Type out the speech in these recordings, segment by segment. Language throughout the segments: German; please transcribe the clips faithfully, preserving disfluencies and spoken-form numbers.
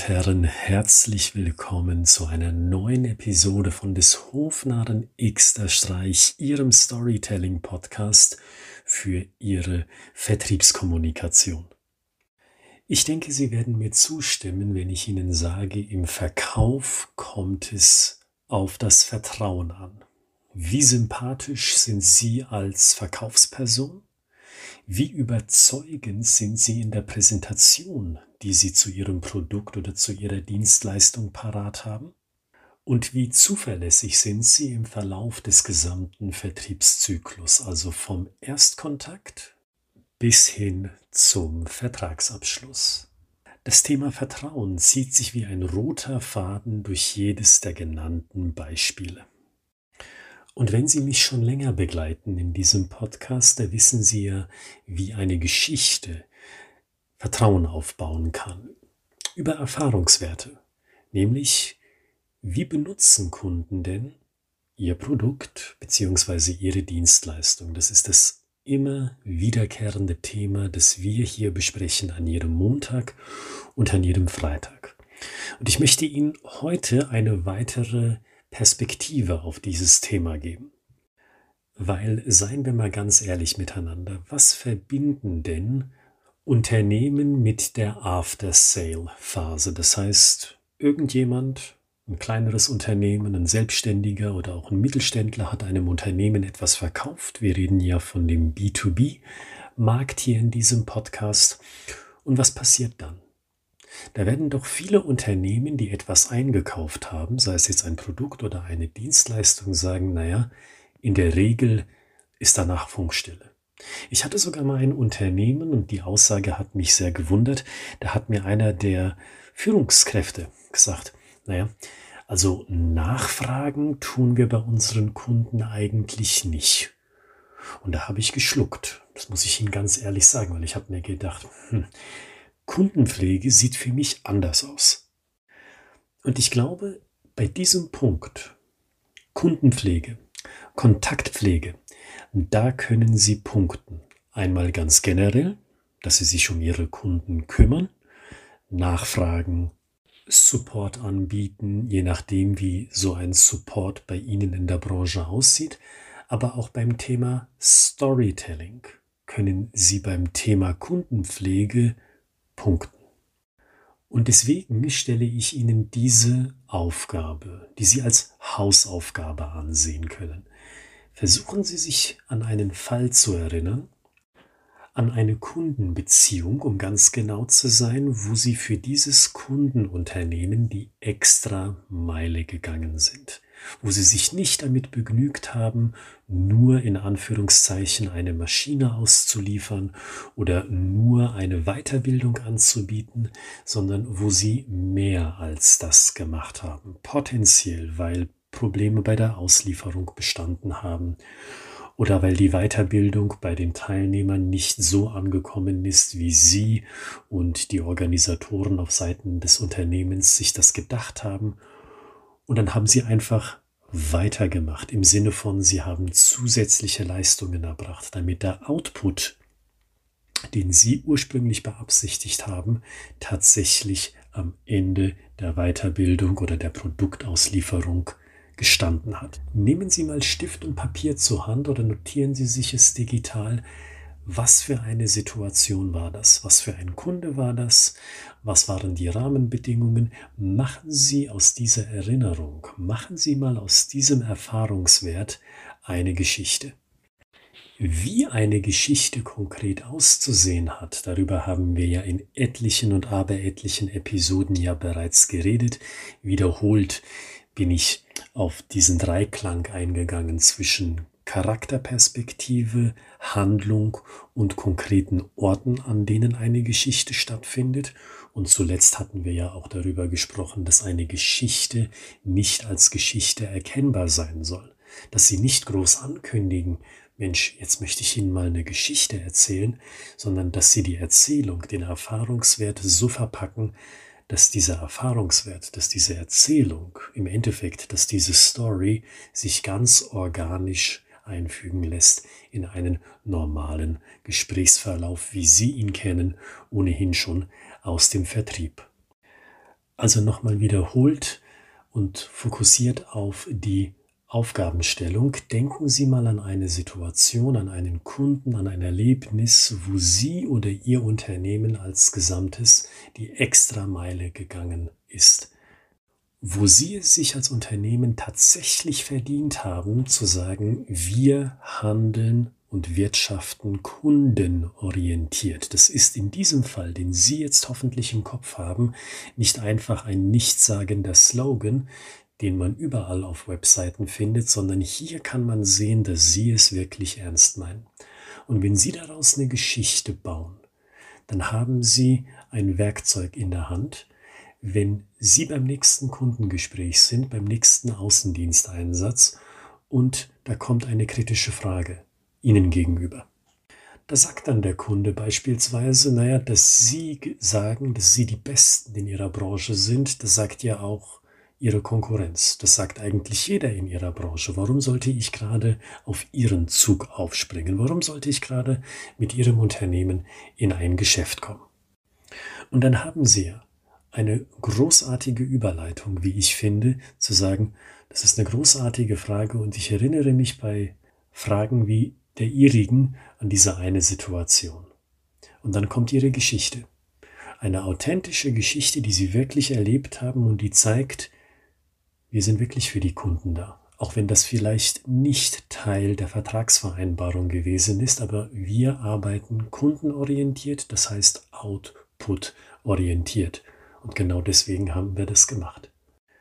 und Herren, herzlich willkommen zu einer neuen Episode von des Hofnarren Xter Streich, Ihrem Storytelling-Podcast für Ihre Vertriebskommunikation. Ich denke, Sie werden mir zustimmen, wenn ich Ihnen sage, im Verkauf kommt es auf das Vertrauen an. Wie sympathisch sind Sie als Verkaufsperson? Wie überzeugend sind Sie in der Präsentation, die Sie zu Ihrem Produkt oder zu Ihrer Dienstleistung parat haben? Und wie zuverlässig sind Sie im Verlauf des gesamten Vertriebszyklus, also vom Erstkontakt bis hin zum Vertragsabschluss? Das Thema Vertrauen zieht sich wie ein roter Faden durch jedes der genannten Beispiele. Und wenn Sie mich schon länger begleiten in diesem Podcast, da wissen Sie ja, wie eine Geschichte Vertrauen aufbauen kann. Über Erfahrungswerte, nämlich wie benutzen Kunden denn ihr Produkt bzw. ihre Dienstleistung. Das ist das immer wiederkehrende Thema, das wir hier besprechen an jedem Montag und an jedem Freitag. Und ich möchte Ihnen heute eine weitere Perspektive auf dieses Thema geben. Weil, seien wir mal ganz ehrlich miteinander, was verbinden denn Unternehmen mit der After-Sale-Phase? Das heißt, irgendjemand, ein kleineres Unternehmen, ein Selbstständiger oder auch ein Mittelständler hat einem Unternehmen etwas verkauft. Wir reden ja von dem B zwei B-Markt hier in diesem Podcast. Und was passiert dann? Da werden doch viele Unternehmen, die etwas eingekauft haben, sei es jetzt ein Produkt oder eine Dienstleistung, sagen, naja, in der Regel ist danach Funkstille. Ich hatte sogar mal ein Unternehmen und die Aussage hat mich sehr gewundert. Da hat mir einer der Führungskräfte gesagt, naja, also nachfragen tun wir bei unseren Kunden eigentlich nicht. Und da habe ich geschluckt. Das muss ich Ihnen ganz ehrlich sagen, weil ich habe mir gedacht, hm, Kundenpflege sieht für mich anders aus. Und ich glaube, bei diesem Punkt, Kundenpflege, Kontaktpflege, da können Sie punkten. Einmal ganz generell, dass Sie sich um Ihre Kunden kümmern, nachfragen, Support anbieten, je nachdem, wie so ein Support bei Ihnen in der Branche aussieht. Aber auch beim Thema Storytelling können Sie beim Thema Kundenpflege punkten. Und deswegen stelle ich Ihnen diese Aufgabe, die Sie als Hausaufgabe ansehen können. Versuchen Sie sich an einen Fall zu erinnern, an eine Kundenbeziehung, um ganz genau zu sein, wo Sie für dieses Kundenunternehmen die extra Meile gegangen sind, wo Sie sich nicht damit begnügt haben, nur in Anführungszeichen eine Maschine auszuliefern oder nur eine Weiterbildung anzubieten, sondern wo Sie mehr als das gemacht haben, potenziell, weil Probleme bei der Auslieferung bestanden haben oder weil die Weiterbildung bei den Teilnehmern nicht so angekommen ist, wie Sie und die Organisatoren auf Seiten des Unternehmens sich das gedacht haben. Und dann haben Sie einfach weitergemacht, im Sinne von, Sie haben zusätzliche Leistungen erbracht, damit der Output, den Sie ursprünglich beabsichtigt haben, tatsächlich am Ende der Weiterbildung oder der Produktauslieferung gestanden hat. Nehmen Sie mal Stift und Papier zur Hand oder notieren Sie sich es digital. Was für eine Situation war das? Was für ein Kunde war das? Was waren die Rahmenbedingungen? Machen Sie aus dieser Erinnerung, machen Sie mal aus diesem Erfahrungswert eine Geschichte. Wie eine Geschichte konkret auszusehen hat, darüber haben wir ja in etlichen und aberetlichen Episoden ja bereits geredet. Wiederholt bin ich auf diesen Dreiklang eingegangen zwischen Charakterperspektive, Handlung und konkreten Orten, an denen eine Geschichte stattfindet. Und zuletzt hatten wir ja auch darüber gesprochen, dass eine Geschichte nicht als Geschichte erkennbar sein soll. Dass sie nicht groß ankündigen, Mensch, jetzt möchte ich Ihnen mal eine Geschichte erzählen, sondern dass sie die Erzählung, den Erfahrungswert so verpacken, dass dieser Erfahrungswert, dass diese Erzählung, im Endeffekt, dass diese Story sich ganz organisch einfügen lässt in einen normalen Gesprächsverlauf, wie Sie ihn kennen, ohnehin schon aus dem Vertrieb. Also nochmal wiederholt und fokussiert auf die Aufgabenstellung. Denken Sie mal an eine Situation, an einen Kunden, an ein Erlebnis, wo Sie oder Ihr Unternehmen als Gesamtes die Extrameile gegangen ist. Wo Sie es sich als Unternehmen tatsächlich verdient haben, zu sagen, wir handeln und wirtschaften kundenorientiert. Das ist in diesem Fall, den Sie jetzt hoffentlich im Kopf haben, nicht einfach ein nichtssagender Slogan, den man überall auf Webseiten findet, sondern hier kann man sehen, dass Sie es wirklich ernst meinen. Und wenn Sie daraus eine Geschichte bauen, dann haben Sie ein Werkzeug in der Hand. Wenn Sie beim nächsten Kundengespräch sind, beim nächsten Außendiensteinsatz und da kommt eine kritische Frage Ihnen gegenüber. Da sagt dann der Kunde beispielsweise, naja, dass Sie sagen, dass Sie die Besten in Ihrer Branche sind, das sagt ja auch Ihre Konkurrenz. Das sagt eigentlich jeder in Ihrer Branche. Warum sollte ich gerade auf Ihren Zug aufspringen? Warum sollte ich gerade mit Ihrem Unternehmen in ein Geschäft kommen? Und dann haben Sie ja eine großartige Überleitung, wie ich finde, zu sagen, das ist eine großartige Frage und ich erinnere mich bei Fragen wie der Ihrigen an diese eine Situation. Und dann kommt Ihre Geschichte. Eine authentische Geschichte, die Sie wirklich erlebt haben und die zeigt, wir sind wirklich für die Kunden da. Auch wenn das vielleicht nicht Teil der Vertragsvereinbarung gewesen ist, aber wir arbeiten kundenorientiert, das heißt output-orientiert. Und genau deswegen haben wir das gemacht.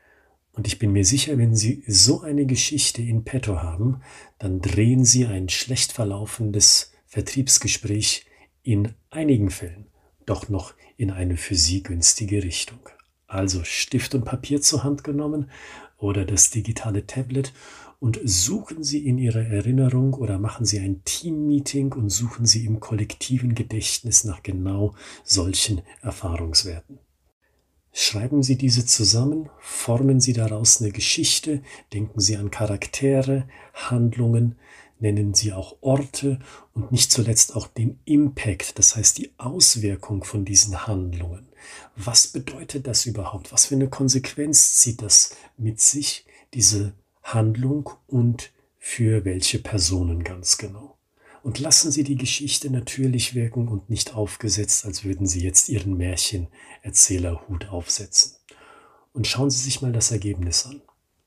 Und ich bin mir sicher, wenn Sie so eine Geschichte in petto haben, dann drehen Sie ein schlecht verlaufendes Vertriebsgespräch in einigen Fällen doch noch in eine für Sie günstige Richtung. Also Stift und Papier zur Hand genommen oder das digitale Tablet und suchen Sie in Ihrer Erinnerung oder machen Sie ein Team-Meeting und suchen Sie im kollektiven Gedächtnis nach genau solchen Erfahrungswerten. Schreiben Sie diese zusammen, formen Sie daraus eine Geschichte, denken Sie an Charaktere, Handlungen, nennen Sie auch Orte und nicht zuletzt auch den Impact, das heißt die Auswirkung von diesen Handlungen. Was bedeutet das überhaupt? Was für eine Konsequenz zieht das mit sich, diese Handlung und für welche Personen ganz genau? Und lassen Sie die Geschichte natürlich wirken und nicht aufgesetzt, als würden Sie jetzt Ihren Märchenerzählerhut aufsetzen. Und schauen Sie sich mal das Ergebnis an.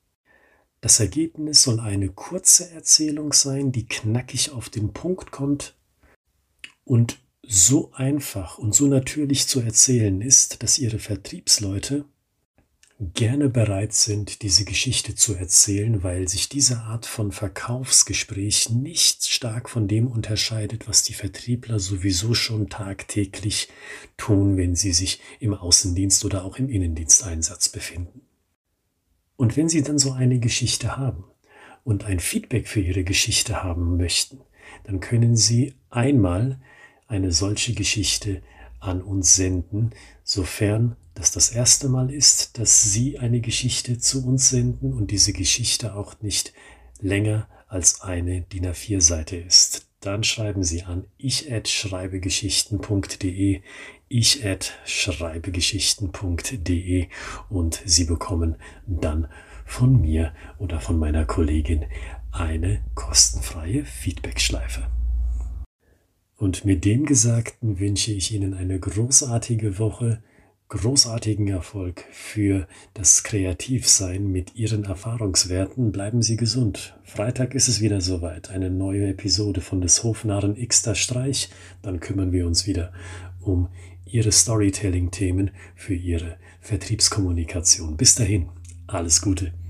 Das Ergebnis soll eine kurze Erzählung sein, die knackig auf den Punkt kommt und so einfach und so natürlich zu erzählen ist, dass Ihre Vertriebsleute gerne bereit sind, diese Geschichte zu erzählen, weil sich diese Art von Verkaufsgespräch nicht stark von dem unterscheidet, was die Vertriebler sowieso schon tagtäglich tun, wenn sie sich im Außendienst oder auch im Innendiensteinsatz befinden. Und wenn Sie dann so eine Geschichte haben und ein Feedback für Ihre Geschichte haben möchten, dann können Sie einmal eine solche Geschichte an uns senden, sofern das das erste Mal ist, dass Sie eine Geschichte zu uns senden und diese Geschichte auch nicht länger als eine D I N A vier Seite ist. Dann schreiben Sie an ich at schreibegeschichten punkt de, ich at schreibegeschichten punkt de und Sie bekommen dann von mir oder von meiner Kollegin eine kostenfreie Feedbackschleife. Und mit dem Gesagten wünsche ich Ihnen eine großartige Woche, großartigen Erfolg für das Kreativsein mit Ihren Erfahrungswerten. Bleiben Sie gesund. Freitag ist es wieder soweit. Eine neue Episode von des Hofnarren Xter Streich. Dann kümmern wir uns wieder um Ihre Storytelling-Themen für Ihre Vertriebskommunikation. Bis dahin, alles Gute.